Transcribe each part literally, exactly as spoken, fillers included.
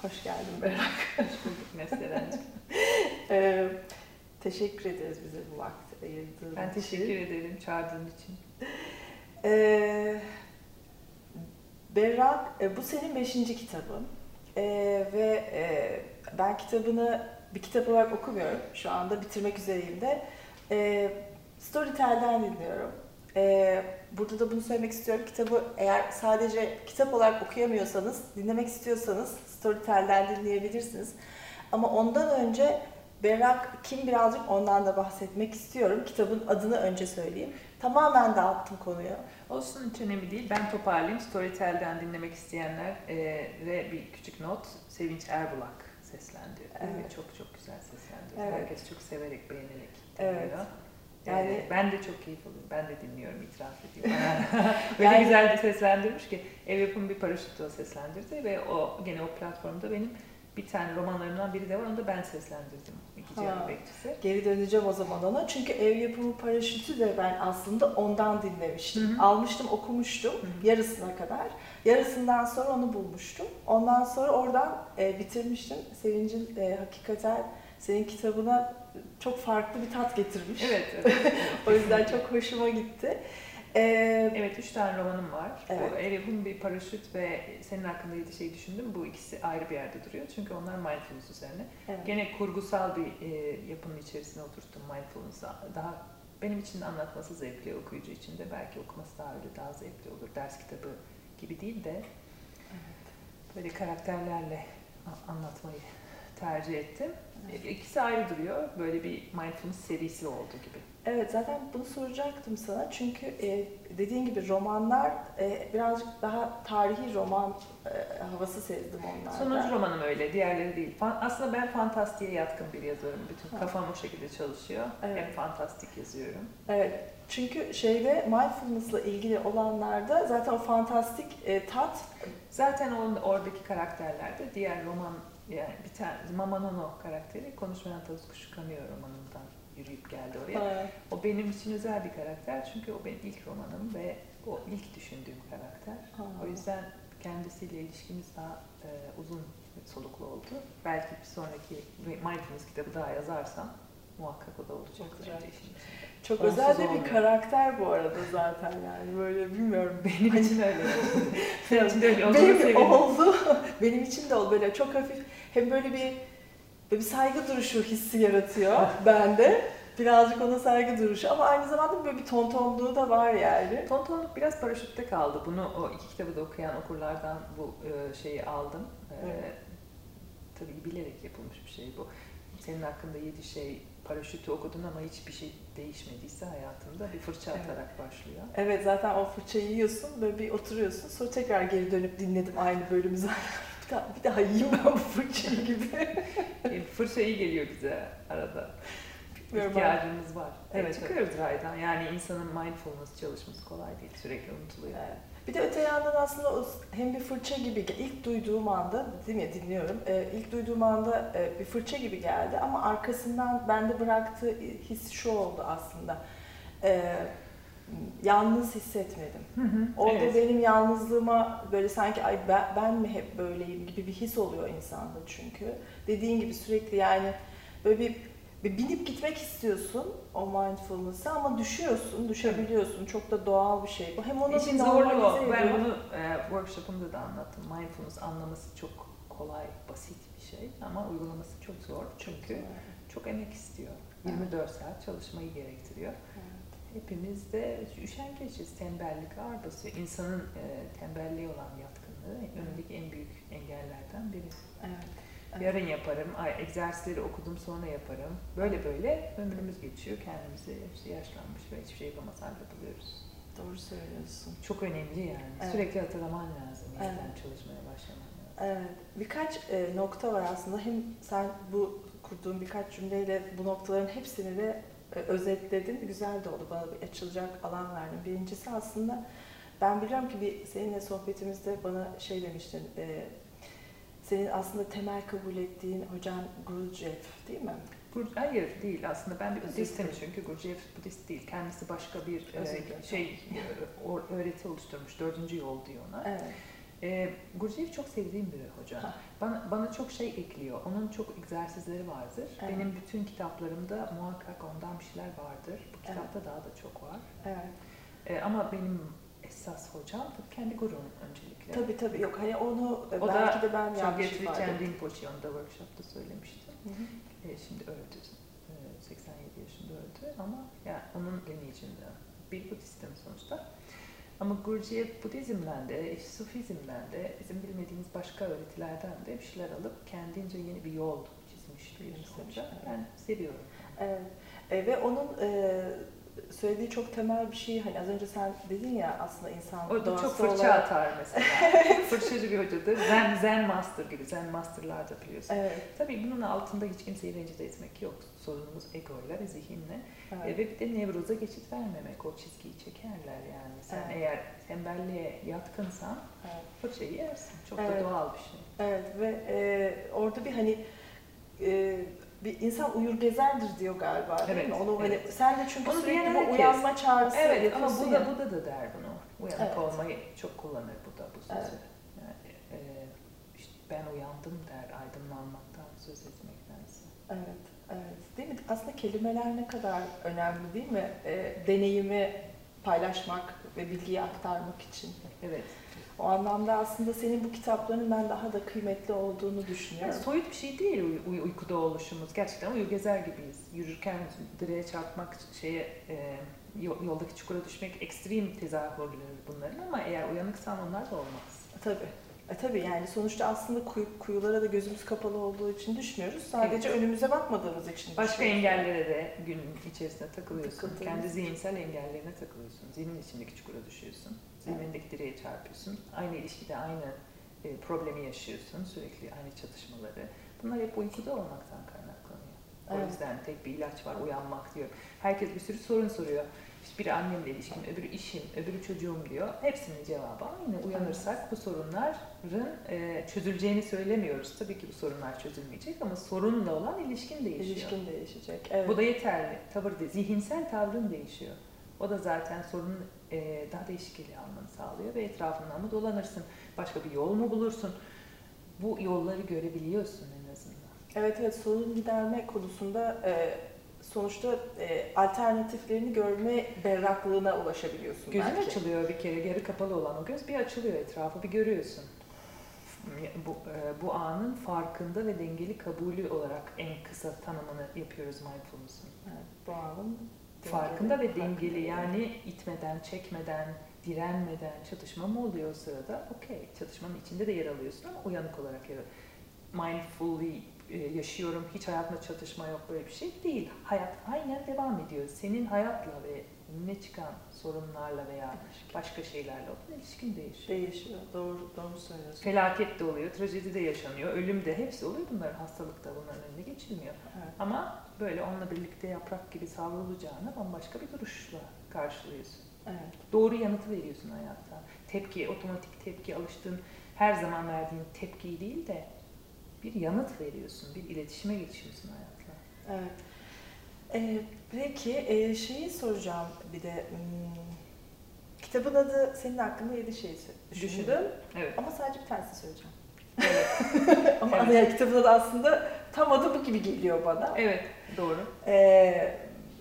Hoş geldin Berrak. Hoş bulduk Neslihan'cığım. ee, teşekkür ederiz bize bu vakti ayırdığın için. Ben teşekkür ederim çağırdığın için. Ee, Berrak, e, bu senin beşinci kitabın. Ee, ve e, ben kitabını bir kitap olarak okumuyorum. Şu anda bitirmek üzereyim de. Ee, Storytel'den dinliyorum. Ee, burada da bunu söylemek istiyorum. Kitabı eğer sadece kitap olarak okuyamıyorsanız, dinlemek istiyorsanız Storytel'den dinleyebilirsiniz. Ama ondan önce Berrak kim birazcık ondan da bahsetmek istiyorum. Kitabın adını önce söyleyeyim. Tamamen dağıttım konuyu. Olsun, hiç önemli değil. Ben toparlayayım. Storytel'den dinlemek isteyenlere bir küçük not. Sevinç Erbulak seslendirdi. Evet. Ve çok çok güzel seslendirdi. Evet. Herkes çok severek, beğenerek Evet. dinliyor. Yani ee, ben de çok keyif alıyorum. Ben de dinliyorum, itiraf ediyorum. Öyle Yani- güzel bir seslendirmiş ki ev yapımı bir paraşütü o seslendirdi ve o gene o platformda benim bir tane romanlarımdan biri de var. Onu da ben seslendirdim. İki Ha. Cihan Bekçisi. geri döneceğim o zaman ona. Çünkü ev yapımı paraşütü de ben aslında ondan dinlemiştim. Hı hı. Almıştım, okumuştum Hı hı. yarısına kadar. Yarısından sonra onu bulmuştum. Ondan sonra oradan e, bitirmiştim. Sevinç'in e, hakikaten senin kitabına çok farklı bir tat getirmiş. Evet, evet. O yüzden çok hoşuma gitti. Ee, Evet, üç tane romanım var. Evet. Bu Ev Yapımı Bir Paraşüt ve Senin Hakkında Yedi Şey Düşündüm. Bu ikisi ayrı bir yerde duruyor. Çünkü onlar mindfulness üzerine. evet. Gene kurgusal bir e, yapının içerisine oturttum mindfulness'ı. Daha benim için de anlatması zevkli, okuyucu için de belki okuması daha öyle daha zevkli olur. Ders kitabı gibi değil de Evet. böyle karakterlerle a- anlatmayı tercih ettim. Evet. İkisi ayrı duruyor. Böyle bir mindfulness serisi oldu gibi. Evet, zaten bunu soracaktım sana çünkü e, dediğin gibi romanlar e, birazcık daha tarihi roman e, havası sezdim onlarda. Sonuncu romanım öyle, diğerleri değil. Fan, aslında ben fantastiğe yatkın bir yazarım. Bütün Ha. kafam o şekilde çalışıyor. Evet. Hep fantastik yazıyorum. Evet, çünkü şeyde mindfulness'la ilgili olanlarda zaten o fantastik e, tat. Zaten onun oradaki karakterlerde diğer roman, yani bir tane Mama Nono karakteri Konuşmayan Tavus Kuşu Kanıyor romanından yürüyüp geldi oraya. Ha, O benim için özel bir karakter çünkü o benim ilk romanım ve o ilk düşündüğüm karakter. ha. O yüzden kendisiyle ilişkimiz daha e, uzun soluklu oldu. Belki bir sonraki Mindfulness kitabı daha yazarsam muhakkak o da olacak. Çok güzel. bence işin içinde. Çok Onsuz özel de bir olmuyor. karakter bu arada zaten yani böyle bilmiyorum. Benim için öyle. Senin için de öyle olduğunu Benim sevindim. oldu. Benim için de oldu böyle çok hafif hem böyle bir böyle bir saygı duruşu hissi yaratıyor bende. Birazcık ona saygı duruşu ama aynı zamanda böyle bir tontonluğu da var yani. Tontonluk biraz paraşütte kaldı. Bunu o iki kitabı da okuyan okurlardan bu e, şeyi aldım. E, Evet. Tabii bilerek yapılmış bir şey bu. Senin hakkında yedi şey, paraşütü okudun ama hiçbir şey değişmediyse hayatımda bir fırça Evet. atarak başlıyor. Evet, zaten o fırçayı yiyorsun böyle bir oturuyorsun sonra tekrar geri dönüp dinledim aynı bölümü zaten. Bir daha, bir daha yiyeyim ben bu fırçayı gibi. E, fırça iyi geliyor bize arada. Bilmiyorum İhtiyacımız var. Evet, Evet, çıkıyoruz raydan. Yani insanın mindfulness çalışması kolay değil. Sürekli unutuluyor. Evet. Bir de öte yandan aslında o hem bir fırça gibi, ilk duyduğum anda, değil mi dinliyorum, e, ilk duyduğum anda e, bir fırça gibi geldi ama arkasından bende bıraktığı his şu oldu aslında, e, yalnız hissetmedim. Hı hı, Orada evet. benim yalnızlığıma böyle sanki ay ben, ben mi hep böyleyim gibi bir his oluyor insanda çünkü. Dediğin gibi sürekli yani böyle bir Bir binip gitmek istiyorsun o mindfulness'a ama düşüyorsun, düşebiliyorsun. Çok da doğal bir şey bu. Hem onu İşin bir zorluğu normalize o. Ben ediyor. bunu e, workshop'ımda da anlattım. Mindfulness anlaması çok kolay, basit bir şey ama uygulaması çok zor. Çünkü çok emek istiyor. yirmi dört saat çalışmayı gerektiriyor. Evet. Hepimiz de üşengeçiz, tembellik ağır basıyor. İnsanın e, tembelliğe olan yatkınlığı önündeki en büyük engellerden biri. Evet. Yarın yaparım, ay, egzersizleri okudum sonra yaparım. Böyle böyle ömrümüz geçiyor. Kendimizi işte yaşlanmış ve hiçbir şey yapamaz halde buluyoruz. Doğru söylüyorsun. Çok önemli yani. Evet. Sürekli hatırlaman lazım. Yeniden Evet. çalışmaya başlaman lazım. Evet. Birkaç e, nokta var aslında. Hem sen bu kurduğun birkaç cümleyle bu noktaların hepsini de e, özetledin. Güzel de oldu. Bana bir açılacak alan verdin. Birincisi aslında ben biliyorum ki bir seninle sohbetimizde bana şey demiştin. E, senin aslında temel kabul ettiğin hocan Gurdjieff değil mi? Gur- Hayır değil aslında ben bir Budistim Budist. çünkü Gurdjieff Budist değil. Kendisi başka bir Özür e, dilerim. şey e, o- öğreti oluşturmuş. Dördüncü yol diyor ona. Evet. E, Gurdjieff çok sevdiğim bir hoca. Bana, bana çok şey ekliyor. Onun çok egzersizleri vardır. Evet. Benim bütün kitaplarımda muhakkak ondan bir şeyler vardır. Bu kitapta evet. daha da çok var. Evet. E, ama benim esas hocam tabii kendi gurum öncelikle. Tabii tabii yok. Hani onu o belki da de ben yanlış ifade ifade ettim. Rinpoche onu da workshopta söylemiştim. Hı hı. E, şimdi öldü. E, seksen yedi yaşında öldü ama yani onun lineage'inde bir Budistim sonuçta. Ama Gurdjieff Budizm'den de, Sufizm'den de, bizim bilmediğimiz başka öğretilerden de bir şeyler alıp kendince yeni bir yol çizmiş bir hoca. Ben seviyorum. Evet. E, ve onun e, söylediği çok temel bir şey, hani az önce sen dedin ya aslında insan o da çok fırça olarak... atar mesela. Fırçacı bir hocadır. Zen, Zen Master gibi. Zen Master'lar da biliyorsun. Evet. Tabii bunun altında hiç kimseyi rencide etmek yok. Sorunumuz egoyla ve zihinle. Evet. E, ve bir de nevroza geçit vermemek. O çizgiyi çekerler yani. Sen evet. eğer tembelliğe yatkınsan evet. fırçayı yersin. Çok evet. da doğal bir şey. Evet ve e, orada bir hani e, bir insan uyur gezerdir diyor galiba değil evet, mi? Onu evet. hani sen de çünkü onu sürekli bu uyanma çağrısı evet, ama bu da, ya. bu da da der bunu. Uyanık evet. olmayı çok kullanır bu da bu sözü. Evet. Yani, e, işte ben uyandım der aydınlanmaktan söz etmektense. Evet, evet. Değil mi? Aslında kelimeler ne kadar önemli değil mi? E, deneyimi paylaşmak ve bilgiyi aktarmak için. Evet. O anlamda aslında senin bu kitaplarının ben daha da kıymetli olduğunu düşünüyorum. Yani soyut bir şey değil uy- uy- uykuda oluşumuz. Gerçekten uyur gezer gibiyiz. Yürürken direğe çarpmak, şeye e, yoldaki çukura düşmek ekstrem tezahürleri bunların ama eğer uyanıksan onlar da olmaz. Tabii. E tabii yani sonuçta aslında kuy, kuyulara da gözümüz kapalı olduğu için düşmüyoruz. Sadece evet. önümüze bakmadığımız için başka engellere de gün içerisinde takılıyorsun. Takıldığımız Kendi zihinsel engellerine takılıyorsun. Zihnin içindeki çukura düşüyorsun. Zihnindeki direğe çarpıyorsun. Aynı ilişkide aynı e, problemi yaşıyorsun. Sürekli aynı çatışmaları. Bunlar hep uykuda olmaktan kaynaklanıyor. O evet. yüzden tek bir ilaç var, uyanmak diyor. Herkes bir sürü sorun soruyor. İşte biri annemle ilişkim, öbürü işim, öbürü çocuğum diyor. Hepsinin cevabı aynı. Uyanırsak bu sorunların e, çözüleceğini söylemiyoruz. Tabii ki bu sorunlar çözülmeyecek ama sorunla olan ilişkin değişiyor. İlişkin değişecek. Evet. Bu da yeterli. Tavır değil. Zihinsel tavrın değişiyor. O da zaten sorunun e, daha değişik ele almanı sağlıyor ve etrafından mı dolanırsın? Başka bir yol mu bulursun? Bu yolları görebiliyorsun en azından. Evet evet sorun giderme konusunda e, sonuçta e, alternatiflerini görme berraklığına ulaşabiliyorsun. Gözün belki. açılıyor bir kere, yarı kapalı olan o göz bir açılıyor, etrafı bir görüyorsun. Bu, e, bu anın farkında ve dengeli kabulü olarak en kısa tanımını yapıyoruz mindfulness'ın. Evet, bu anın farkında ve dengeli yani itmeden, çekmeden, direnmeden çatışma mı oluyor o sırada? Okey, çatışmanın içinde de yer alıyorsun ama uyanık olarak yer alıyorsun. Mindfully yaşıyorum, hiç hayatımda çatışma yok böyle bir şey değil. Hayat aynen devam ediyor. Senin hayatla ve önüne çıkan sorunlarla veya başka şeylerle olan ilişkin değişiyor. Değişiyor, doğru, doğru söylüyorsun. Felaket de oluyor, trajedi de yaşanıyor, ölüm de hepsi oluyor bunların, hastalık da bunların önüne geçilmiyor. Evet. Ama böyle onunla birlikte yaprak gibi savrulacağına bambaşka bir duruşla karşılıyorsun. Evet. Doğru yanıtı veriyorsun hayatta. Tepki, otomatik tepki, alıştığın, her zaman verdiğin tepkiyi değil de bir yanıt veriyorsun, bir iletişime geçiyorsun hayatla. Evet. Ee, peki e, şeyi soracağım bir de. Hmm, kitabın adı senin hakkında yedi şey düşündüm. Evet. Ama sadece bir tanesi söyleyeceğim. Evet. Ama evet. yani kitabın adı aslında tam adı bu gibi geliyor bana. Evet, doğru. Ee,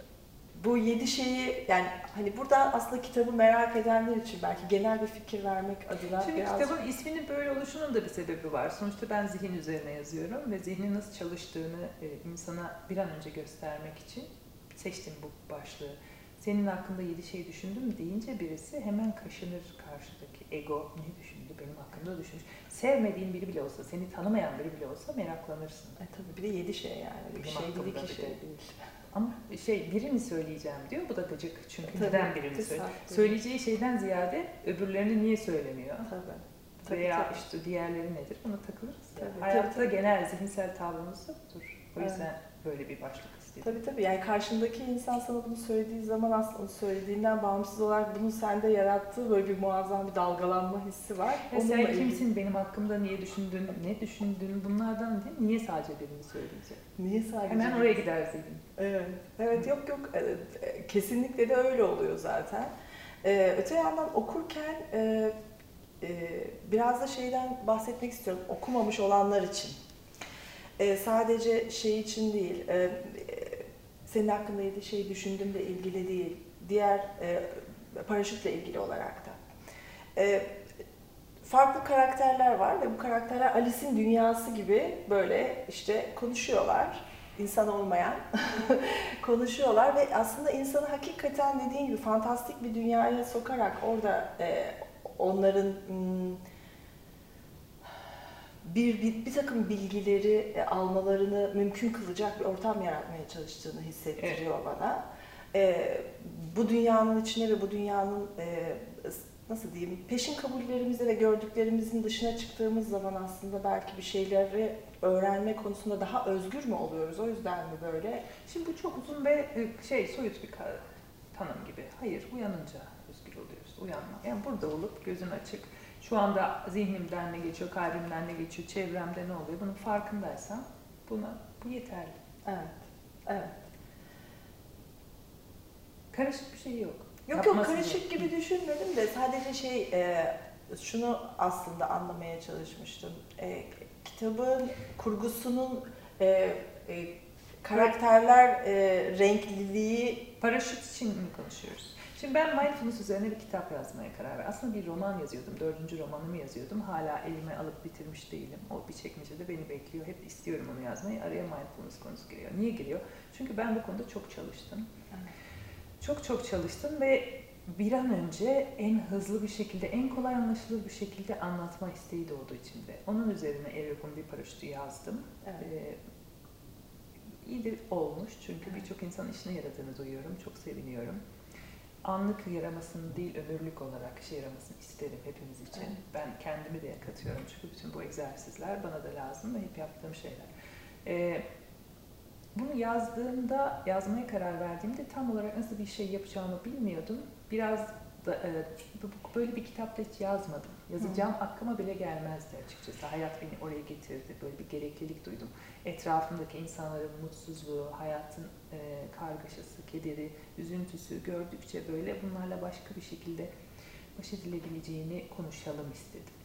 bu yedi şeyi yani hani burada aslında kitabı merak edenler için belki genel bir fikir vermek adına Şimdi biraz... kitabın isminin böyle oluşunun da bir sebebi var. Sonuçta ben zihin üzerine yazıyorum ve zihnin nasıl çalıştığını e, insana bir an önce göstermek için seçtim bu başlığı. Senin hakkında yedi şey düşündüm deyince birisi hemen kaşınır karşıdaki ego. Ne düşündü? Benim hakkımda düşünmüş. Sevmediğin biri bile olsa, seni tanımayan biri bile olsa meraklanırsın. E tabii bir de yedi şey yani. Benim bir şey değil, iki şey de. değil. Ama şey birini söyleyeceğim diyor. Bu da gıcık. Çünkü tabii, neden birini söylüyor? Söyleyeceği şeyden ziyade öbürlerini niye söylemiyor? Tabii. Tabii, Veya tabii. işte diğerleri nedir? Ona takılırız. Tabii, ya. Hayatta tabii, tabii. genel zihinsel tavrımız da budur. O yüzden evet. böyle bir başlık istedim. Tabii tabii. Yani karşındaki insan sana bunu söylediği zaman aslında onu söylediğinden bağımsız olarak bunun sende yarattığı böyle bir muazzam bir dalgalanma hissi var. Ya sen kimsin, benim hakkımda niye düşündün, ne düşündün, bunlardan değil, niye sadece birini söyleyecek? Niye sadece? Hemen oraya gider zihin. Evet. Evet yok yok. Kesinlikle de öyle oluyor zaten. Ee, öte yandan okurken e, Ee, biraz da şeyden bahsetmek istiyorum, okumamış olanlar için. Ee, sadece şey için değil, e, senin hakkında yedi şey düşündüğümle ilgili değil, diğer e, paraşütle ilgili olarak da. E, farklı karakterler var ve bu karakterler Alice'in dünyası gibi böyle işte konuşuyorlar. İnsan olmayan konuşuyorlar ve aslında insanı hakikaten dediğin gibi fantastik bir dünyaya sokarak orada e, onların hmm, bir, bir, bir takım bilgileri e, almalarını mümkün kılacak bir ortam yaratmaya çalıştığını hissettiriyor evet. bana. E, bu dünyanın içine ve bu dünyanın e, nasıl diyeyim, peşin kabullerimizde ve gördüklerimizin dışına çıktığımız zaman aslında belki bir şeyleri öğrenme konusunda daha özgür mü oluyoruz? O yüzden mi böyle? Şimdi bu çok uzun ve şey soyut bir tanım gibi. Hayır, uyanınca özgür oluyoruz. Uyanma. Yani burada olup gözün açık. Şu anda zihnimden ne geçiyor, kalbimden ne geçiyor, çevremde ne oluyor? Bunun farkındaysam buna bu yeterli. Evet. Evet. Karışık bir şey yok. Yok yok karışık gibi düşünmedim de sadece şey e, şunu aslında anlamaya çalışmıştım. E, kitabın kurgusunun e, e, karakterler e, renkliliği... Paraşüt için mi konuşuyoruz? Şimdi ben mindfulness üzerine bir kitap yazmaya karar verdim. Aslında bir roman yazıyordum, dördüncü romanımı yazıyordum. Hala elime alıp bitirmiş değilim. O bir çekmecede beni bekliyor. Hep istiyorum onu yazmayı. Araya mindfulness konusu giriyor. Niye giriyor? Çünkü ben bu konuda çok çalıştım. Evet. Çok çok çalıştım ve bir an önce en hızlı bir şekilde, en kolay anlaşılır bir şekilde anlatma isteği doğdu içimde. Onun üzerine Erik'in bir paraşütü yazdım. Evet. Ee, iyi de olmuş çünkü evet. birçok insan işine yaradığını duyuyorum. Çok seviniyorum. Anlık yaramasını değil, ömürlük olarak işe yaramasını isterim hepimiz için. Evet. Ben kendimi de katıyorum çünkü bütün bu egzersizler bana da lazım ve hep yaptığım şeyler. Ee, Bunu yazdığımda, yazmaya karar verdiğimde tam olarak nasıl bir şey yapacağımı bilmiyordum. Biraz da, e, böyle bir kitapta hiç yazmadım. Yazacağım hmm. aklıma bile gelmezdi açıkçası. Hayat beni oraya getirdi. Böyle bir gereklilik duydum. Etrafımdaki insanların mutsuzluğu, hayatın e, kargaşası, kederi, üzüntüsü gördükçe böyle bunlarla başka bir şekilde baş edilebileceğini konuşalım istedim.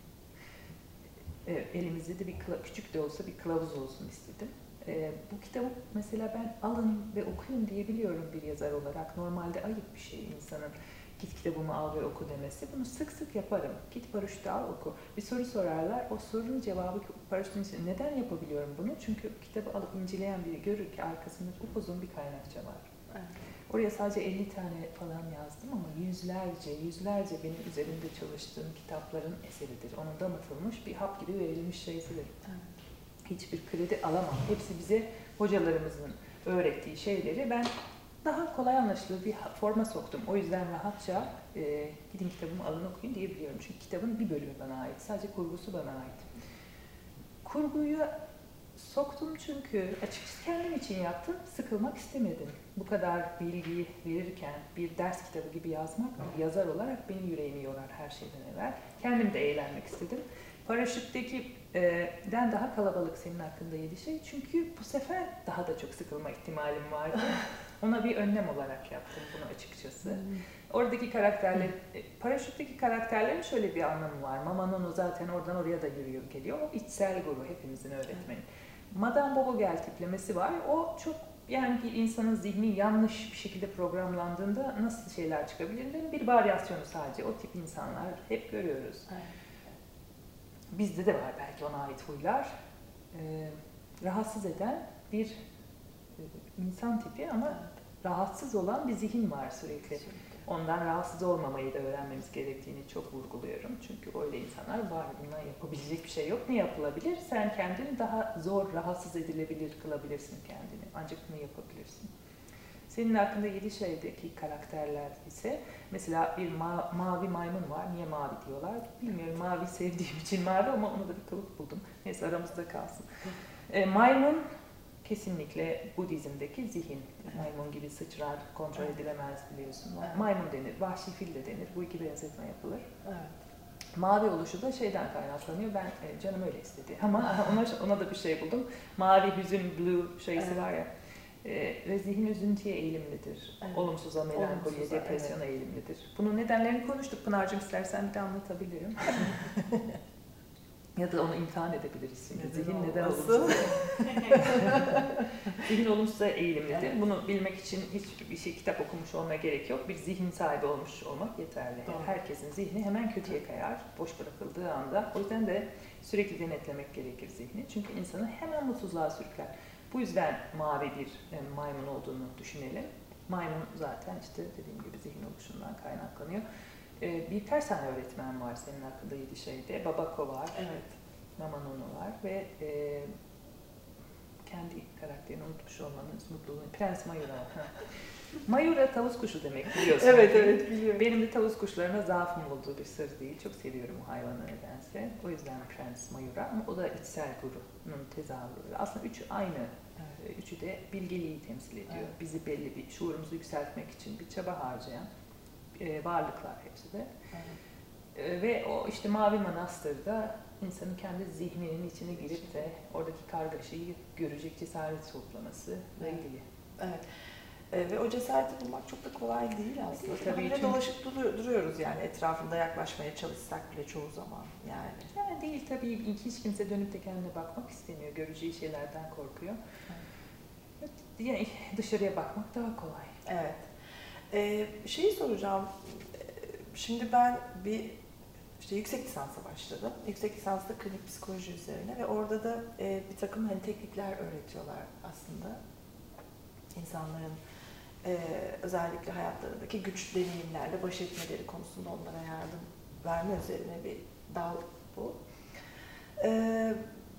E, elimizde de bir küçük de olsa bir kılavuz olsun istedim. Ee, bu kitabı mesela ben alın ve okuyun diyebiliyorum bir yazar olarak. Normalde ayıp bir şey insanın git kitabımı al ve oku demesi. Bunu sık sık yaparım. Git paraşütü al oku. Bir soru sorarlar. O sorunun cevabı paraşütün içinde. Neden yapabiliyorum bunu? Çünkü kitabı alıp inceleyen biri görür ki arkasında upuzun bir kaynakça var. Evet. Oraya sadece elli tane falan yazdım ama yüzlerce, yüzlerce benim üzerinde çalıştığım kitapların eseridir. Onun damıtılmış bir hap gibi verilmiş şeysidir. Evet. Hiçbir kredi alamam. Hepsi bize hocalarımızın öğrettiği şeyleri ben daha kolay anlaşılır bir forma soktum. O yüzden rahatça e, gidin kitabımı alın okuyun diyebiliyorum. Çünkü kitabın bir bölümü bana ait. Sadece kurgusu bana ait. Kurguyu soktum çünkü açıkçası kendim için yaptım. Sıkılmak istemedim. Bu kadar bilgiyi verirken bir ders kitabı gibi yazmak yazar olarak benim yüreğimi yorar her şeyden evvel. Kendim de eğlenmek istedim. Paraşütteki den daha kalabalık senin hakkında yedi şey. Çünkü bu sefer daha da çok sıkılma ihtimalim vardı. Ona bir önlem olarak yaptım bunu açıkçası. Oradaki karakterler, paraşütteki karakterlerin şöyle bir anlamı var. Mama Nono zaten oradan oraya da yürüyor geliyor. O içsel guru hepimizin öğretmeni. Madame Bovogel tiplemesi var. O çok yani bir insanın zihni yanlış bir şekilde programlandığında nasıl şeyler çıkabilir? Bir varyasyonu sadece. O tip insanlar hep görüyoruz. Evet. Bizde de var belki ona ait huylar. Ee, rahatsız eden bir e, insan tipi ama rahatsız olan bir zihin var sürekli. Ondan rahatsız olmamayı da öğrenmemiz gerektiğini çok vurguluyorum. Çünkü öyle insanlar var. Bundan yapabilecek bir şey yok. Ne yapılabilir? Sen kendini daha zor, rahatsız edilebilir kılabilirsin kendini. Ancak bunu yapabilirsin. Senin hakkında yedi şeydeki karakterler ise mesela bir ma- mavi maymun var. Niye mavi diyorlar? Bilmiyorum. Mavi sevdiğim için mavi ama ona da bir kılık buldum. Neyse aramızda kalsın. E, maymun kesinlikle Budizm'deki zihin. Maymun gibi sıçrar, kontrol edilemez biliyorsun. Maymun denir, vahşi fil de denir. Bu iki benzetme yapılır. Evet. Mavi oluşu da şeyden kaynaklanıyor. Ben canım öyle istedi. Ama ona, ona da bir şey buldum. Mavi hüzün, blue şeysi evet. var ya. Ee, ve zihin üzüntüye eğilimlidir. Evet. Olumsuza, melankoliye, Olumsuza, depresyona evet. eğilimlidir. Bunun nedenlerini konuştuk. Pınar'cığım istersen bir de anlatabilirim. Ya da onu imtihan edebiliriz şimdi. Neden Zihin neden olmasın? olumsuz? Zihin olumsuza eğilimlidir. Evet. Bunu bilmek için hiçbir şey kitap okumuş olmaya gerek yok. Bir zihin sahibi olmuş olmak yeterli. Doğru. Herkesin zihni hemen kötüye kayar, boş bırakıldığı anda. O yüzden de sürekli denetlemek gerekir zihni. Çünkü insanı hemen mutsuzluğa sürükler. Bu yüzden mavi bir yani maymun olduğunu düşünelim. Maymun zaten işte dediğim gibi zihin oluşundan kaynaklanıyor. Ee, bir tersane öğretmen var senin hakkında yedi şeyde. Babako var, Evet. Mama Nono var ve e, kendi karakterini unutmuş olmanız mutluluğunu. Prens Mayura. Ha. Mayura tavus kuşu demek biliyorsun. Evet evet biliyorum. Benim de tavus kuşlarına zaafım olduğu bir sır değil. Çok seviyorum o hayvanı nedense. O yüzden Prens Mayura ama o da içsel gururun tezahürü. Aslında üçü aynı. Evet. Üçü de bilgeliği temsil ediyor. Evet. Bizi belli bir şuurumuzu yükseltmek için bir çaba harcayan e, varlıklar hepsi de. Evet. E, ve o işte Mavi Manastır'da insanın kendi zihninin içine girip de oradaki kargaşayı görecek cesaret toplaması ile Evet. ilgili. Evet. E, ve o cesareti bulmak çok da kolay değil aslında. Tabii, Tabii çünkü- dolaşıp duruyor- duruyoruz yani etrafında yaklaşmaya çalışsak bile çoğu zaman yani. Yani değil tabii hiç kimse dönüp de kendine bakmak istemiyor. Göreceği şeylerden korkuyor. Yani dışarıya bakmak daha kolay. Evet. Ee, şeyi soracağım. Ee, Şimdi ben bir işte yüksek lisansa başladım. Yüksek lisansta klinik psikoloji üzerine ve orada da e, bir takım hani teknikler öğretiyorlar aslında. İnsanların e, özellikle hayatlarındaki güç deneyimlerle baş etmeleri konusunda onlara yardım verme üzerine bir dal bu. Ee,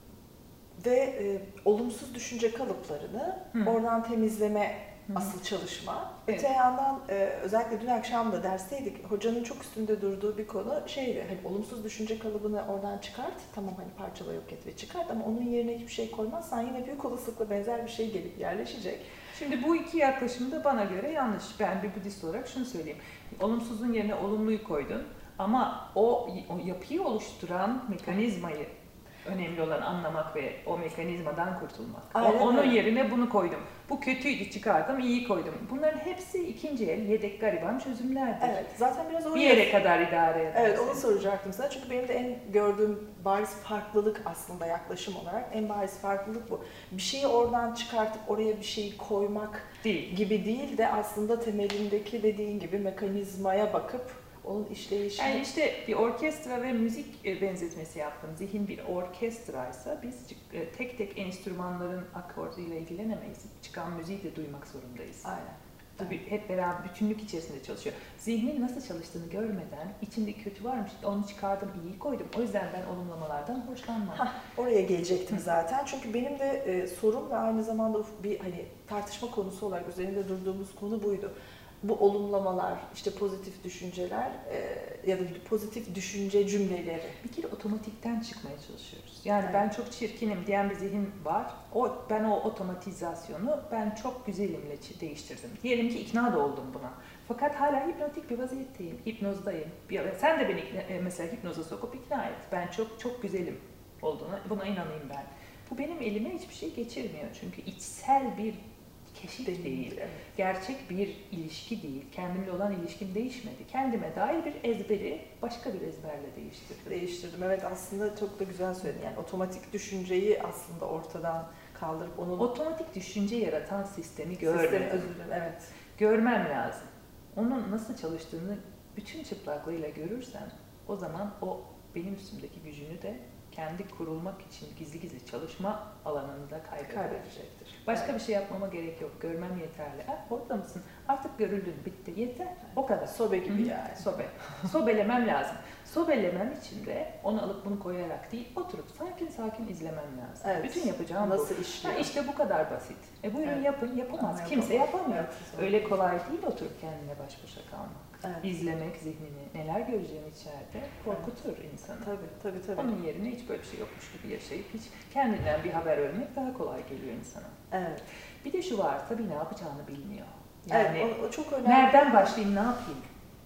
ve e, olumsuz düşünce kalıplarını Hı. oradan temizleme Hı. asıl çalışma. Evet. Öte yandan e, özellikle dün akşam da dersteydik. Hocanın çok üstünde durduğu bir konu şeydi. Hani olumsuz düşünce kalıbını oradan çıkart. Tamam hani parçala yok et ve çıkart ama onun yerine hiçbir şey koymazsan yine büyük olasılıkla benzer bir şey gelip yerleşecek. Şimdi bu iki yaklaşım da bana göre yanlış. Ben bir Budist olarak şunu söyleyeyim. Olumsuzun yerine olumluyu koydun ama o, o yapıyı oluşturan mekanizmayı önemli olan anlamak ve o mekanizmadan kurtulmak. O, Aynen onun öyle. yerine bunu koydum. Bu kötüydü çıkardım, iyi koydum. Bunların hepsi ikinci el, yedek gariban çözümlerdir. Evet, zaten biraz Bir oraya... yere kadar idare edersin. Evet, onu soracaktım sana. Çünkü benim de en gördüğüm bariz farklılık aslında yaklaşım olarak en bariz farklılık bu. Bir şeyi oradan çıkartıp oraya bir şeyi koymak Değil. gibi değil de aslında temelindeki dediğin gibi mekanizmaya bakıp onun işleyişini... Yani işte bir orkestra ve müzik e, benzetmesi yaptım. Zihin bir orkestraysa biz e, tek tek enstrümanların akorduyla ilgilenemeyiz. Çıkan müziği de duymak zorundayız. Aynen. Tabii hep beraber bütünlük içerisinde çalışıyor. Zihnin nasıl çalıştığını görmeden içinde kötü varmış, onu çıkardım, iyi koydum. O yüzden ben olumlamalardan hoşlanmam. Hah, oraya gelecektim zaten. Çünkü benim de e, sorum ve aynı zamanda bir hani tartışma konusu olarak üzerinde durduğumuz konu buydu. Bu olumlamalar, işte pozitif düşünceler e, ya da pozitif düşünce cümleleri. Bir kere otomatikten çıkmaya çalışıyoruz. Yani Evet. ben çok çirkinim diyen bir zihin var. O ben o otomatizasyonu ben çok güzelimle çi- değiştirdim. Diyelim ki ikna da oldum buna. Fakat hala hipnotik bir vaziyetteyim. Hipnozdayım. Bir- Sen de beni ikna- e, mesela hipnoza sokup ikna et. Ben çok çok güzelim olduğuna, buna inanayım ben. Bu benim elime hiçbir şey geçirmiyor. Çünkü içsel bir keşif değil. Değil, evet. Gerçek bir ilişki değil. Kendimle olan ilişkim değişmedi. Kendime dair bir ezberi başka bir ezberle değiştirdim. Değiştirdim. Evet, aslında çok da güzel söyledin. Yani otomatik düşünceyi aslında ortadan kaldırıp onun Otomatik düşünce yaratan sistemi sistemi, görmem. özür dilerim, evet. Görmem lazım. Onun nasıl çalıştığını bütün çıplaklığıyla görürsem o zaman o benim üstümdeki gücünü de kendi kurulmak için gizli gizli çalışma alanında kaybeder. Kaybedecektir. Başka Evet. bir şey yapmama gerek yok. Görmem yeterli. Ha, orada mısın? Artık görüldün. Bitti. Yeter. O kadar. Sobe gibi Hı hı. yani. Sobe. Sobelemem lazım. Sobelemem için de onu alıp bunu koyarak değil, oturup sakin sakin izlemem lazım. Evet. Bütün yapacağım Nasıl bu. işliyor? Ha, işte bu kadar basit. E buyurun Evet. yapın. Yapamaz. Ama Kimse yapamaz. yapamıyor. Evet, zor. Öyle kolay değil oturup kendine baş başa kalmak. Evet. İzlemek zihnini, neler göreceğini içeride korkutur insanı. Tabii, tabii, tabii. Onun yerine hiç böyle bir şey yokmuş gibi yaşayıp hiç kendinden bir haber örmek daha kolay geliyor insana. Evet. Bir de şu var, tabii ne yapacağını bilmiyor. Yani Evet, o, o çok önemli. nereden başlayayım, ne yapayım?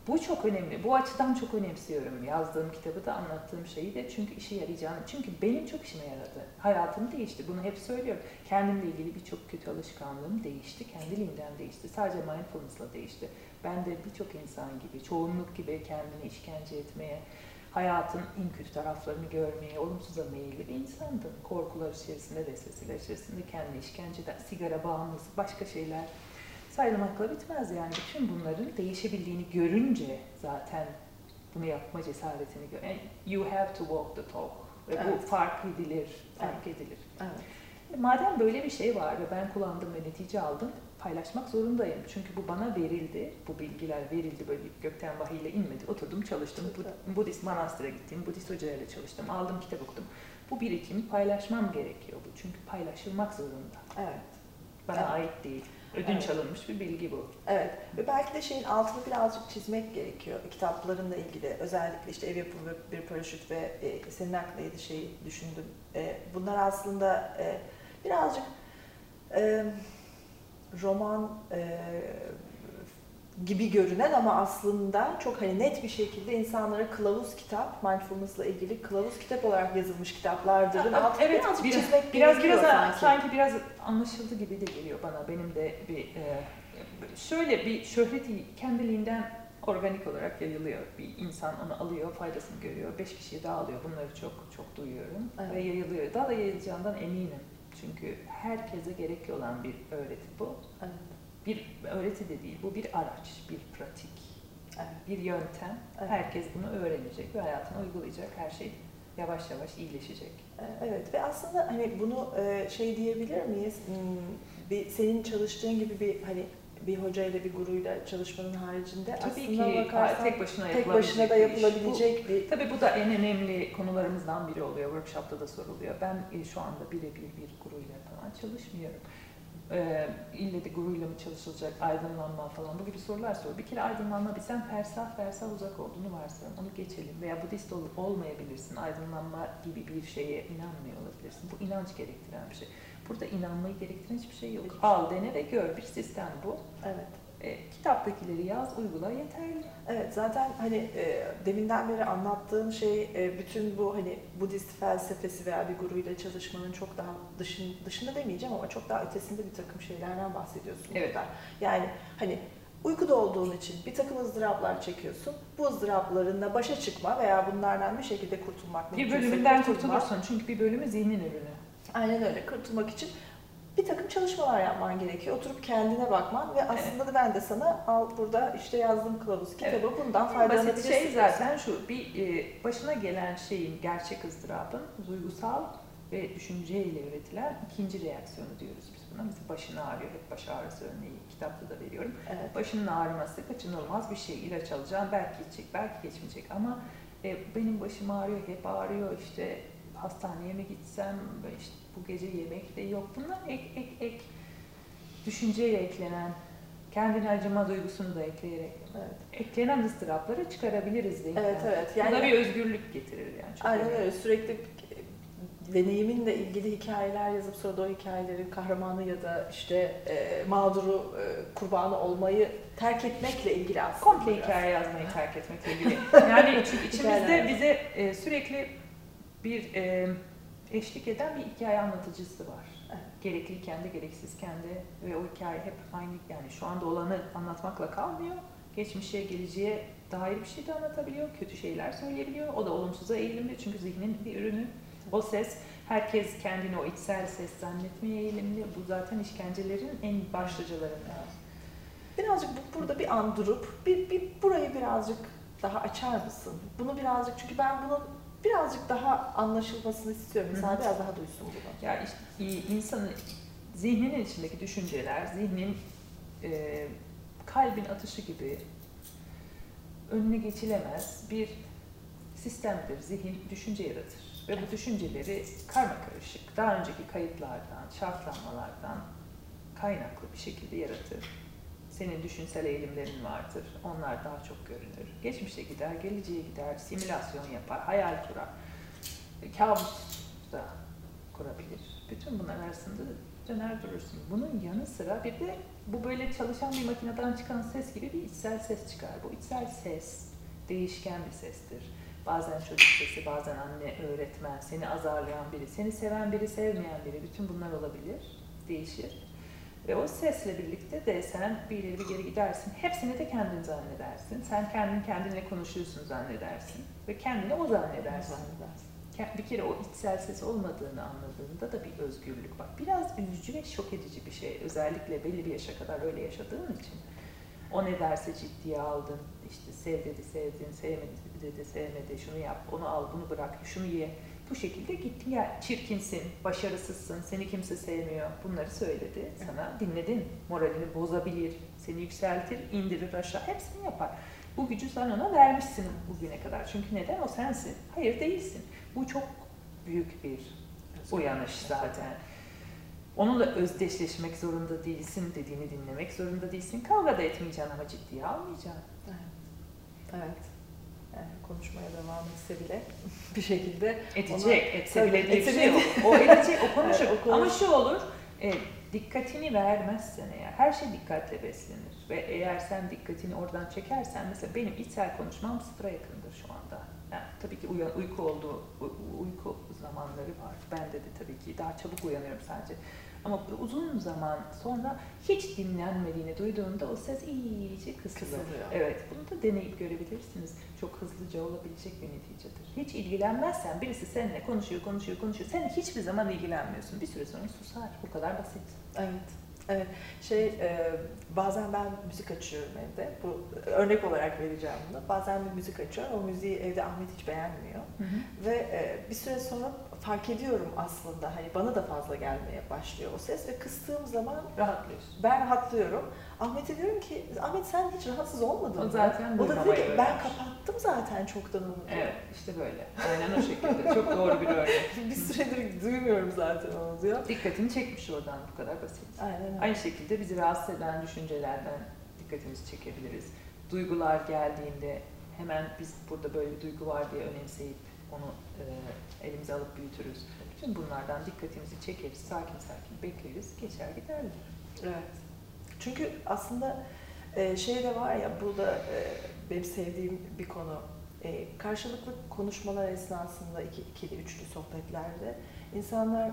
Bu çok önemli. Bu açıdan çok önemsiyorum yazdığım kitabı da, anlattığım şeyi de. Çünkü işe yarayacağını. Çünkü benim çok işime yaradı. Hayatım değişti. Bunu hep söylüyorum. Kendimle ilgili birçok kötü alışkanlığım değişti. Kendiliğinden değişti. Sadece mindfulness'la değişti. Ben de birçok insan gibi, çoğunluk gibi kendini işkence etmeye, hayatın en kötü taraflarını görmeye, olumsuza meyilli bir insandım. Korkular içerisinde, vesveseler içerisinde kendini işkence eden, sigara bağımlısı, başka şeyler sayılmakla bitmez yani. Bütün bunların değişebildiğini görünce zaten bunu yapma cesaretini gör. And you have to walk the talk. Ve Evet. bu fark edilir, fark Evet. edilir. Evet. E madem böyle bir şey var ve ben kullandım ve netice aldım, paylaşmak zorundayım. Çünkü bu bana verildi, bu bilgiler verildi, böyle gökten vahiyle inmedi. Oturdum, çalıştım, Bu- Budist manastıra gittim, Budist hocayla çalıştım, aldım, kitap okudum. Bu birikimi paylaşmam gerekiyor bu. Çünkü paylaşılmak zorunda. Evet. Bana Evet. ait değil. Ödünç Evet. alınmış bir bilgi bu. Evet ve belki de şeyin altını birazcık çizmek gerekiyor kitaplarınla ilgili. Özellikle işte Ev Yapımı ve Bir Paraşüt ve e, senin aklına şeyi düşündüm. E, bunlar aslında e, birazcık e, roman e, gibi görünen ama aslında çok hani net bir şekilde insanlara kılavuz kitap, mindfulness'la ilgili kılavuz kitap olarak yazılmış kitaplardır. Ha, Altını evet, birazcık biraz, çizmek biraz, gerekiyor biraz sanki. sanki biraz anlaşıldı gibi de geliyor bana. Benim de bir e, şöyle bir şöhreti kendiliğinden organik olarak yayılıyor. Bir insan onu alıyor, faydasını görüyor, beş kişiye dağılıyor. Bunları çok çok duyuyorum Evet. ve yayılıyor. Daha da yayılacağından eminim. Çünkü herkese gerekli olan bir öğreti bu. Evet. Bir öğreti de değil, bu bir araç, bir pratik, Evet. bir yöntem. Evet. Herkes bunu öğrenecek ve hayatına uygulayacak. Her şey yavaş yavaş iyileşecek. Evet ve aslında hani bunu e, şey diyebilir miyiz? Hmm, Bir senin çalıştığın gibi bir hani bir hocayla bir guruyla çalışmanın haricinde Tabii aslında ki bakarsan tek başına tek yapılabilecek başına da bir iş. yapılabilecek bir Bu, tabii bu da en önemli konularımızdan biri oluyor. Workshop'ta da soruluyor. Ben e, şu anda birebir bir guruyla falan çalışmıyorum. Ee, ille de guruyla mı çalışılacak, aydınlanma falan bu gibi sorular soruyor. Bir kere aydınlanma, bir sen fersah fersah uzak olduğunu varsayalım, onu geçelim. Veya Budist ol, olmayabilirsin, aydınlanma gibi bir şeye inanmıyor olabilirsin. Bu inanç gerektiren bir şey. Burada inanmayı gerektiren hiçbir şey yok. Hiçbir şey. Al, dene ve gör, bir sistem bu. evet. E, kitaptakileri yaz, uygula, yeterli. Evet zaten hani e, deminden beri anlattığın şey e, bütün bu hani Budist felsefesi veya bir guruyla çalışmanın çok daha dışın, dışında demeyeceğim ama çok daha ötesinde bir takım şeylerden bahsediyorsun. Evet. burada. Yani hani uykuda olduğun için bir takım ızdıraplar çekiyorsun. Bu ızdıraplarınla başa çıkma veya bunlardan bir şekilde kurtulmak Bir mümkünse bölümünden kurtulmak. kurtulursun çünkü bir bölümü zihnin ürünü. Aynen öyle. Kurtulmak için bir takım çalışmalar yapman gerekiyor. Oturup kendine bakman ve aslında da ben de sana al burada işte yazdım kılavuz kitabı Evet. bundan En faydalanabilirsin. basit şey zaten şu, bir e, başına gelen şeyin, gerçek ızdırabın duygusal ve düşünceyle üretilen ikinci reaksiyonu diyoruz biz buna. Mesela başın ağrıyor, hep baş ağrısı örneği kitapta da veriyorum. Evet. Başının ağrıması kaçınılmaz bir şey, ilaç alacağım, belki geçecek, belki geçmeyecek ama e, benim başım ağrıyor, hep ağrıyor, işte hastaneye mi gitsem, işte bu gece yemek de yok. Bunlar ek ek ek düşünceye eklenen, kendine acıma duygusunu da ekleyerek Evet. eklenen ıstırapları çıkarabiliriz zihinden. Evet evet. Bu da Yani bir özgürlük getirir yani. Çok aynen önemli. öyle. Sürekli deneyiminle ilgili hikayeler yazıp sonra da o hikayelerin kahramanı ya da işte e, mağduru, e, kurbanı olmayı terk etmekle ilgili aslında. Komple biraz. hikaye yazmayı terk etmekle ilgili. Yani çünkü içimizde Hikayeler. bize e, sürekli bir e, eşlik eden bir hikaye anlatıcısı var. Evet. Gerekliyken de gereksizken de ve o hikaye hep aynı, yani şu anda olanı anlatmakla kalmıyor. Geçmişe, geleceğe dair bir şey de anlatabiliyor, kötü şeyler söyleyebiliyor. O da olumsuza eğilimli çünkü zihnin bir ürünü. O ses, herkes kendini o içsel ses zannetmeye eğilimli. Bu zaten işkencelerin en başlıcalarından. Birazcık bu, burada bir an durup bir, bir burayı birazcık daha açar mısın? Bunu birazcık çünkü ben bunun birazcık daha anlaşılmasını istiyorum. Mesela Hı hı. biraz daha duysun bunu. Ya işte insanın zihninin içindeki düşünceler, zihnin e, kalbin atışı gibi önüne geçilemez bir sistemdir. Zihin düşünce yaratır ve bu düşünceleri karmakarışık, daha önceki kayıtlardan, şartlanmalardan kaynaklı bir şekilde yaratır. Senin düşünsel eğilimlerin vardır, onlar daha çok görünür. Geçmişe gider, geleceğe gider, simülasyon yapar, hayal kurar, kabus da kurabilir. Bütün bunlar arasında döner durursun. Bunun yanı sıra bir de bu böyle çalışan bir makineden çıkan ses gibi bir içsel ses çıkar. Bu içsel ses değişken bir sestir. Bazen çocuk sesi, bazen anne, öğretmen, seni azarlayan biri, seni seven biri, sevmeyen biri, bütün bunlar olabilir, değişir. Ve o sesle birlikte de sen bir ileri bir geri gidersin. Hepsini de kendin zannedersin. Sen kendin kendinle konuşuyorsun zannedersin. Ve kendini o zannedersin. Bir kere o içsel ses olmadığını anladığında da bir özgürlük var. Biraz üzücü ve şok edici bir şey. Özellikle belli bir yaşa kadar öyle yaşadığın için. O ne derse ciddiye aldın. İşte sev dedi sevdin, sevmedi dedi sevmedi, şunu yap, onu al, bunu bırak, şunu ye. Bu şekilde gittin ya, çirkinsin, başarısızsın, seni kimse sevmiyor. Bunları söyledi sana, dinledin. Moralini bozabilir, seni yükseltir, indirir aşağı, hepsini yapar. Bu gücü sen ona vermişsin bugüne kadar. Çünkü neden? O sensin. Hayır değilsin. Bu çok büyük bir uyanış zaten. Onunla özdeşleşmek zorunda değilsin, dediğini dinlemek zorunda değilsin. Kavga da etmeyeceksin ama ciddiye almayacaksın. Evet. Evet. Yani konuşmaya devam etse bile bir şekilde edecek, ona, etse bile diye bir etse şey yok. O edecek, o konuşur. Evet, o ama şu olur, e, dikkatini vermezsen eğer, her şey dikkatle beslenir. Ve eğer sen dikkatini oradan çekersen, mesela benim içsel konuşmam sıfıra yakındır şu anda. Yani tabii ki uyan, uyku olduğu, uyku zamanları var. Bende de tabii ki daha çabuk uyanıyorum sadece. Ama uzun zaman sonra hiç dinlenmediğini duyduğunda o ses iyice kısılıyor. Evet, bunu da deneyip görebilirsiniz. Çok hızlıca olabilecek bir neticedir. Hiç ilgilenmezsen, birisi seninle konuşuyor, konuşuyor, konuşuyor. Sen hiçbir zaman ilgilenmiyorsun. Bir süre sonra susar. Bu kadar basit. Evet. Evet, şey e, bazen ben müzik açıyorum evde. Bu örnek olarak vereceğim bunu. Bazen bir müzik açıyorum. O müziği evde Ahmet hiç beğenmiyor. Hı hı. Ve e, bir süre sonra fark ediyorum aslında. Hani bana da fazla gelmeye başlıyor o ses ve kıstığım zaman rahatlıyorsun. Ben rahatlıyorum. Ahmet'e diyorum ki, Ahmet sen hiç rahatsız olmadın mı? O zaten o da dedi ki, ben kapattım zaten çoktan onu. Evet, işte böyle. Aynen o şekilde. Çok doğru bir örnek. Bir süredir duymuyorum zaten onu diyor. Dikkatini çekmiş oradan, bu kadar basit. Aynen. Aynı şekilde bizi rahatsız eden düşüncelerden dikkatimizi çekebiliriz. Duygular geldiğinde hemen biz burada böyle bir duygu var diye önemseyip onu e, elimize alıp büyütürüz. Bütün bunlardan dikkatimizi çekeriz, sakin sakin bekleriz, geçer giderler. Evet. Çünkü aslında e, şey de var ya, burada e, benim sevdiğim bir konu. E, karşılıklı konuşmalar esnasında, iki, ikili, üçlü sohbetlerde insanlar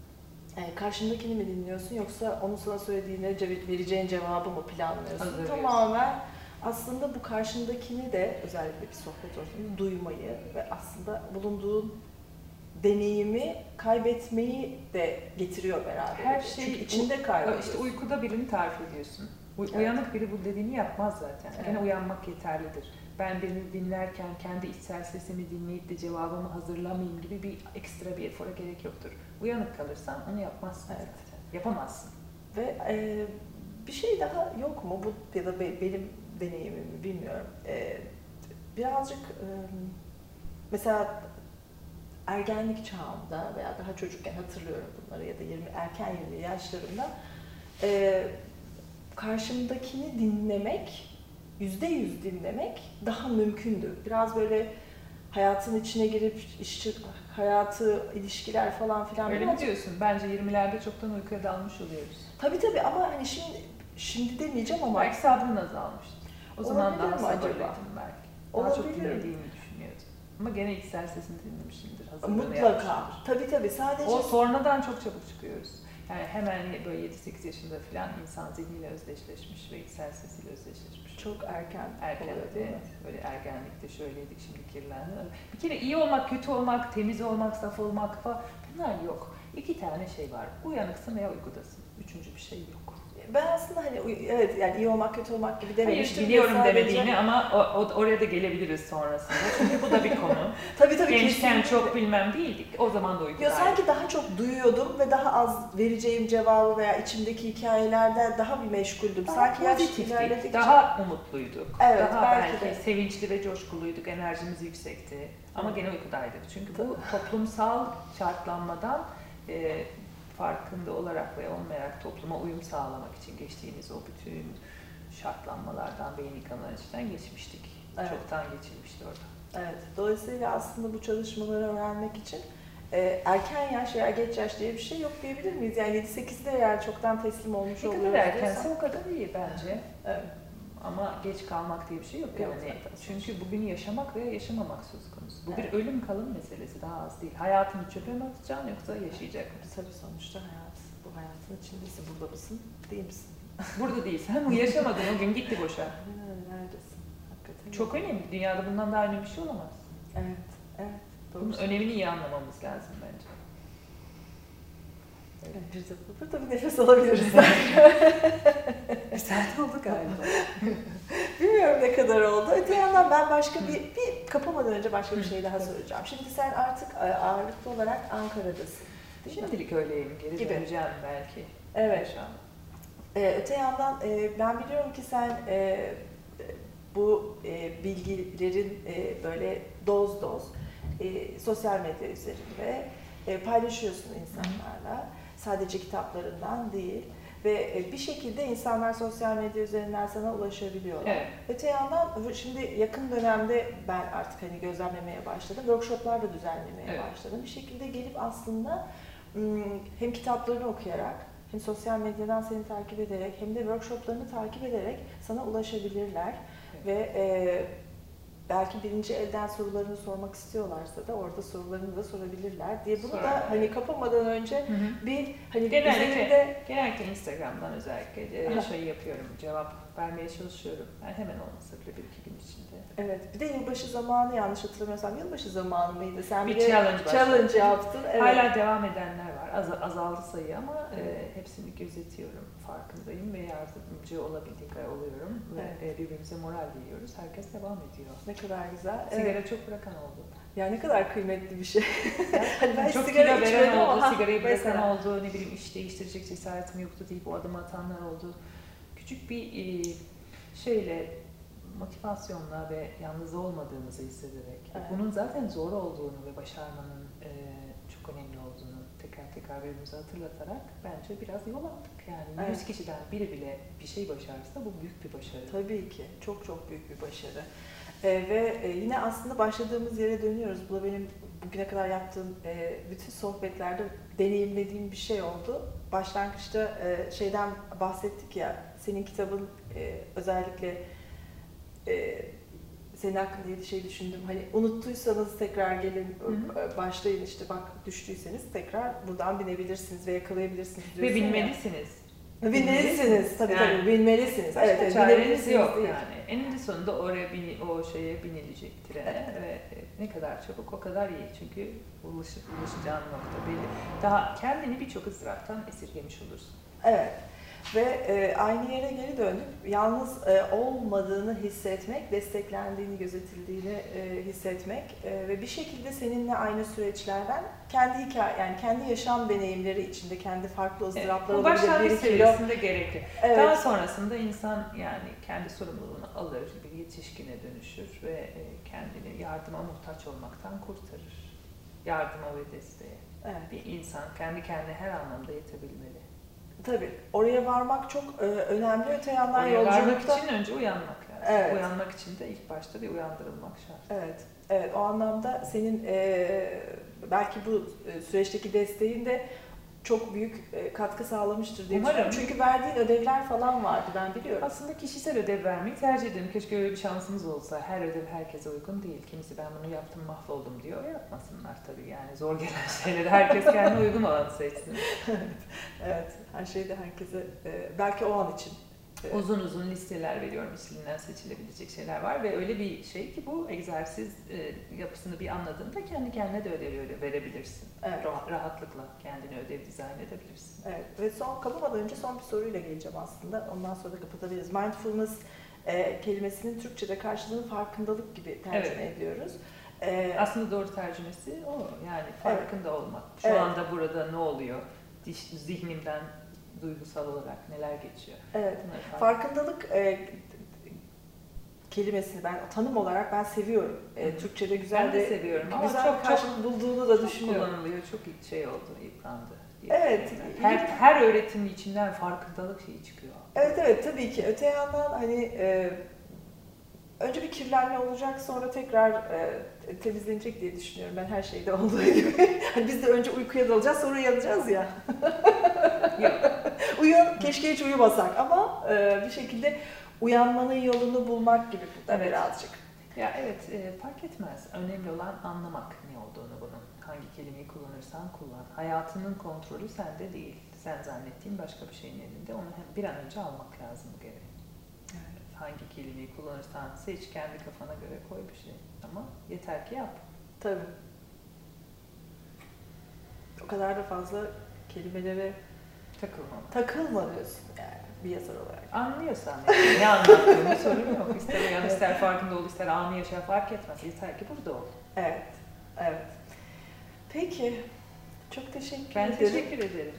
e, karşındakini mi dinliyorsun yoksa onun sana söylediğine cevap, vereceğin cevabı mı planlıyorsun? Tamamen aslında bu karşındakini de özellikle bir sohbet ortamında duymayı ve aslında bulunduğun deneyimi kaybetmeyi de getiriyor beraber. Her şey Çünkü içinde kaybediyorsun. İşte uykuda birini tarif ediyorsun. U- evet. Uyanık biri bu dediğini yapmaz zaten. Evet. Gene uyanmak yeterlidir. Ben birini dinlerken kendi içsel sesimi dinleyip de cevabımı hazırlamayayım gibi bir ekstra bir efora gerek yoktur. Uyanık kalırsan onu yapmazsın evet. zaten. Yapamazsın. Ve e, bir şey daha yok mu? Bu ya da be, benim deneyimimi bilmiyorum. E, birazcık e, mesela ergenlik çağımda veya daha çocukken hatırlıyorum bunları ya da yirmi erken yirmi yaşlarımda e, karşımdakini dinlemek, yüzde yüz dinlemek daha mümkündü. Biraz böyle hayatın içine girip işçi, hayatı, ilişkiler falan filan. Öyle mi diyorsun? Bence yirmilerde çoktan uykuya dalmış oluyoruz. Tabii tabii ama hani şimdi şimdi demeyeceğim ama belki sabrın azalmıştı. O zaman daha sabırlıydın belki. Daha olabilir. çok dinlediğini düşünüyordun. Ama gene içsel sesini dinlemişsindir. Mutlaka. Tabii tabii. Sadece o sonradan çok çabuk çıkıyoruz. Yani hemen böyle yedi sekiz yaşında falan insan zihniyle özdeşleşmiş ve içsel sesiyle özdeşleşmiş. Çok erken. Erken oluyor, değil mi? Böyle ergenlikte şöyleydik, şimdi kirlendi. Bir kere iyi olmak, kötü olmak, temiz olmak, saf olmak falan bunlar yok. İki tane şey var. Uyanıksın veya uykudasın. Üçüncü bir şey yok. Ben aslında hani evet yani iyi olmak kötü olmak gibi dememiştim. Hayır, biliyorum sadece demediğini ama o, o, oraya da gelebiliriz sonrasında. Çünkü bu da bir konu. Tabii tabii. Gençken çok bilmem değildik. O zaman da uykudaydık. Ya sanki daha çok duyuyordum ve daha az vereceğim cevabı veya içimdeki hikayelerden daha bir meşguldüm. Daha sanki yaş ilerledikçe daha umutluyduk. Evet, daha belki, belki de. sevinçli ve coşkuluyduk. Enerjimiz yüksekti. Ama gene uykudaydık. Çünkü bu toplumsal şartlanmadan e, farkında olarak ve olmayarak topluma uyum sağlamak için geçtiğimiz o bütün şartlanmalardan, beyin yıkamalarından içinden geçmiştik. Evet. Çoktan geçilmişti orada. Evet. Dolayısıyla aslında bu çalışmaları öğrenmek için e, erken yaş veya geç yaş diye bir şey yok diyebilir miyiz? Yani yedi sekizde eğer çoktan teslim olmuş Ne oluyoruz. kadar erkense diyorsan- o kadar iyi bence. Evet. Ama geç kalmak diye bir şey yok Yok yani. zaten. Çünkü bugünü yaşamak veya yaşamamak söz konusu. Bu Evet. bir ölüm kalım meselesi, daha az değil. Hayatını çöpe mi atacaksın yoksa yaşayacak mısın? Tabii sonuçta hayat, bu hayatın içindesin, burada mısın, değil misin? Burada değilsen bu yaşamadın, o gün gitti boşa. Aynen öyle, neredesin? Hakikaten. Çok önemli. Dünyada bundan daha önemli bir şey olamaz. Evet, evet. Doğru. Bunun önemini iyi anlamamız lazım bence. Evet, bir de burada bir nefes alabiliriz. Bir saat oldu galiba. Bilmiyorum ne kadar oldu. Öte yandan ben başka bir, bir kapamadan önce başka bir şey daha soracağım. Şimdi sen artık ağırlıklı olarak Ankara'dasın. Değil mi? Şimdilik öyleyim. Geri Gibi. döneceğim belki. Evet. Şu an. Ee, öte yandan e, ben biliyorum ki sen e, bu e, bilgilerin e, böyle doz doz e, sosyal medya üzerinde e, paylaşıyorsun insanlarla. Sadece kitaplarından değil. Ve e, bir şekilde insanlar sosyal medya üzerinden sana ulaşabiliyorlar. Evet. Öte yandan şimdi yakın dönemde ben artık hani gözlemlemeye başladım. Workshoplar da düzenlemeye Evet. başladım. Bir şekilde gelip aslında hem kitaplarını okuyarak hem sosyal medyadan seni takip ederek hem de workshoplarını takip ederek sana ulaşabilirler. Evet. Ve e, belki birinci elden sorularını sormak istiyorlarsa da orada sorularını da sorabilirler diye bunu Sorarlar. da hani kapamadan önce Hı hı. bir hani Genellikle, üzerinde genellikle Instagram'dan özellikle e, şey yapıyorum, cevap vermeye çalışıyorum. Yani hemen olmasa bile bir iki gün içinde. evet, bir de yılbaşı zamanı yanlış hatırlamıyorsam yılbaşı zamanı mıydı? Sen Bir de challenge challenge başlattım. yaptın. Evet. Hala devam edenler var. Az, azaldı sayı ama Evet. e, hepsini gözetiyorum. Farkındayım ve yardımcı olabildiğim kadar oluyorum. Ve Evet. e, birbirimize moral veriyoruz. Herkes devam ediyor. Ne kadar güzel. Sigara Evet. çok bırakan oldu. Ya ne kadar kıymetli bir şey. Hani ben çok sigara kilo içmedim veren oldu, ama sigarayı bırakan mesela. oldu, ne bileyim iş değiştirecek cesaretim yoktu deyip o adımı atanlar oldu. Küçük bir e, şeyle, motivasyonla ve yalnız olmadığımızı hissederek, Evet. bunun zaten zor olduğunu ve başarmanın e, çok önemli olduğunu tekrar tekrar birbirimize hatırlatarak bence biraz yol aldık. Yani yüz Evet. kişiden biri bile bir şey başarsa bu büyük bir başarı. Tabii ki. Çok çok büyük bir başarı. Ee, ve e, yine aslında başladığımız yere dönüyoruz. Bu da benim bugüne kadar yaptığım e, bütün sohbetlerde deneyimlediğim bir şey oldu. Başlangıçta e, şeyden bahsettik ya, senin kitabın e, özellikle e, senin hakkında bir şey düşündüm. Hani unuttuysanız tekrar gelin, Hı e, başlayın işte bak düştüyseniz tekrar buradan binebilirsiniz ve yakalayabilirsiniz Ve diyorsun ya. bilmelisiniz. Bilmelisiniz. Tabii Yani. tabii bilmelisiniz. Başka Evet, evet çareniz binebilirsiniz yok değil. yani. Eninde sonunda oraya bini, o şeye binilecek trene ve ne kadar çabuk o kadar iyi. Çünkü ulaşıp ulaşacağın nokta belli. Daha kendini birçok ızdıraptan esirgemiş olursun. Evet. Ve e, aynı yere geri döndük. Yalnız e, olmadığını hissetmek, desteklendiğini, gözetildiğini e, hissetmek e, ve bir şekilde seninle aynı süreçlerden kendi hikaye, yani kendi yaşam deneyimleri içinde kendi farklı ızdıraplar Evet, bu olabilir. başlangıç Bir kilo. seviyesinde gerekli. Evet. Daha sonrasında insan yani kendi sorumluluğunu alır, bir yetişkine dönüşür ve e, kendini yardıma muhtaç olmaktan kurtarır. Yardıma ve desteğe. Evet. Bir insan kendi kendine her anlamda yetebilmeli. Tabii. Oraya varmak çok e, önemli. Öte yandan Oraya varmak yolculukta... için önce uyanmak lazım. Evet. Uyanmak için de ilk başta bir uyandırılmak şart. Evet, evet. O anlamda senin e, belki bu e, süreçteki desteğin de çok büyük e, katkı sağlamıştır diye Umarım. düşünüyorum. Çünkü verdiğin ödevler falan vardı, ben biliyorum. Aslında kişisel ödev vermeyi tercih ederim. Keşke öyle bir şansımız olsa. Her ödev herkese uygun değil. Kimisi ben bunu yaptım mahvoldum diyor. Yapmasınlar tabii yani. Zor gelen şeyleri herkes kendine uygun olanı seçsin. Evet, her şeyde herkese e, belki o an için. e, Uzun uzun listeler veriyorum. Listelinden seçilebilecek şeyler var ve öyle bir şey ki bu egzersiz e, yapısını bir anladığında kendi kendine de ödev öyle verebilirsin. Evet. Rah- rahatlıkla kendine ödev dizayn edebilirsin. Evet ve son kapamadan önce son bir soruyla geleceğim aslında. Ondan sonra da kapatabiliriz. Mindfulness e, kelimesinin Türkçe'de karşılığını farkındalık gibi tercüme ediyoruz. E, Aslında doğru tercümesi o. Yani farkında olmak. Şu Evet. anda burada ne oluyor? Diş- Zihnimden duygusal olarak neler geçiyor? evet. Bunları fark- Farkındalık e, kelimesini ben tanım olarak ben seviyorum. E, Türkçe'de güzel Ben de de seviyorum ama güzel çok- bir karşılık bulduğunu da çok düşünüyorum. kullanılıyor. Çok şey oldu, yıprandı. diye Evet. düşünüyorum ben. Her, her öğretimin içinden farkındalık şeyi çıkıyor. Evet evet tabii ki. Öte yandan hani e, önce bir kirlenme olacak, sonra tekrar e, temizlenecek diye düşünüyorum ben her şeyde olduğu gibi. Hani biz de önce uykuya dalacağız sonra uyanacağız ya. Yok. Uyun, keşke hiç uyumasak ama e, bir şekilde uyanmanın yolunu bulmak gibi bu da Evet. birazcık. Ya evet, e, fark etmez. Önemli olan anlamak ne olduğunu bunun. Hangi kelimeyi kullanırsan kullan. Hayatının kontrolü sende değil. Sen zannettiğin başka bir şeyin elinde. Onu hem bir an önce almak lazım bu görevi. Evet. Hangi kelimeyi kullanırsan seç, kendi kafana göre koy bir şey. Ama yeter ki yap. Tabii. O kadar da fazla kelimelere Takılma. takılma diyorsun yani bir yazar olarak. Anlıyorsan yani ne anlattığını sorun yok. İster uyan, ister farkında ol, ister anı yaşa fark etmez. Yeter ki burada ol. Evet, evet. Peki, çok teşekkür Ben ederim. teşekkür ederim.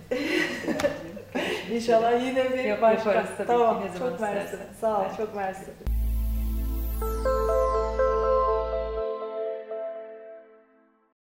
İnşallah yine bir Yap- başka. yaparız tabii ki, Tamam, ne zaman çok mersi. istersen. Sağ ol, Evet. çok mersi.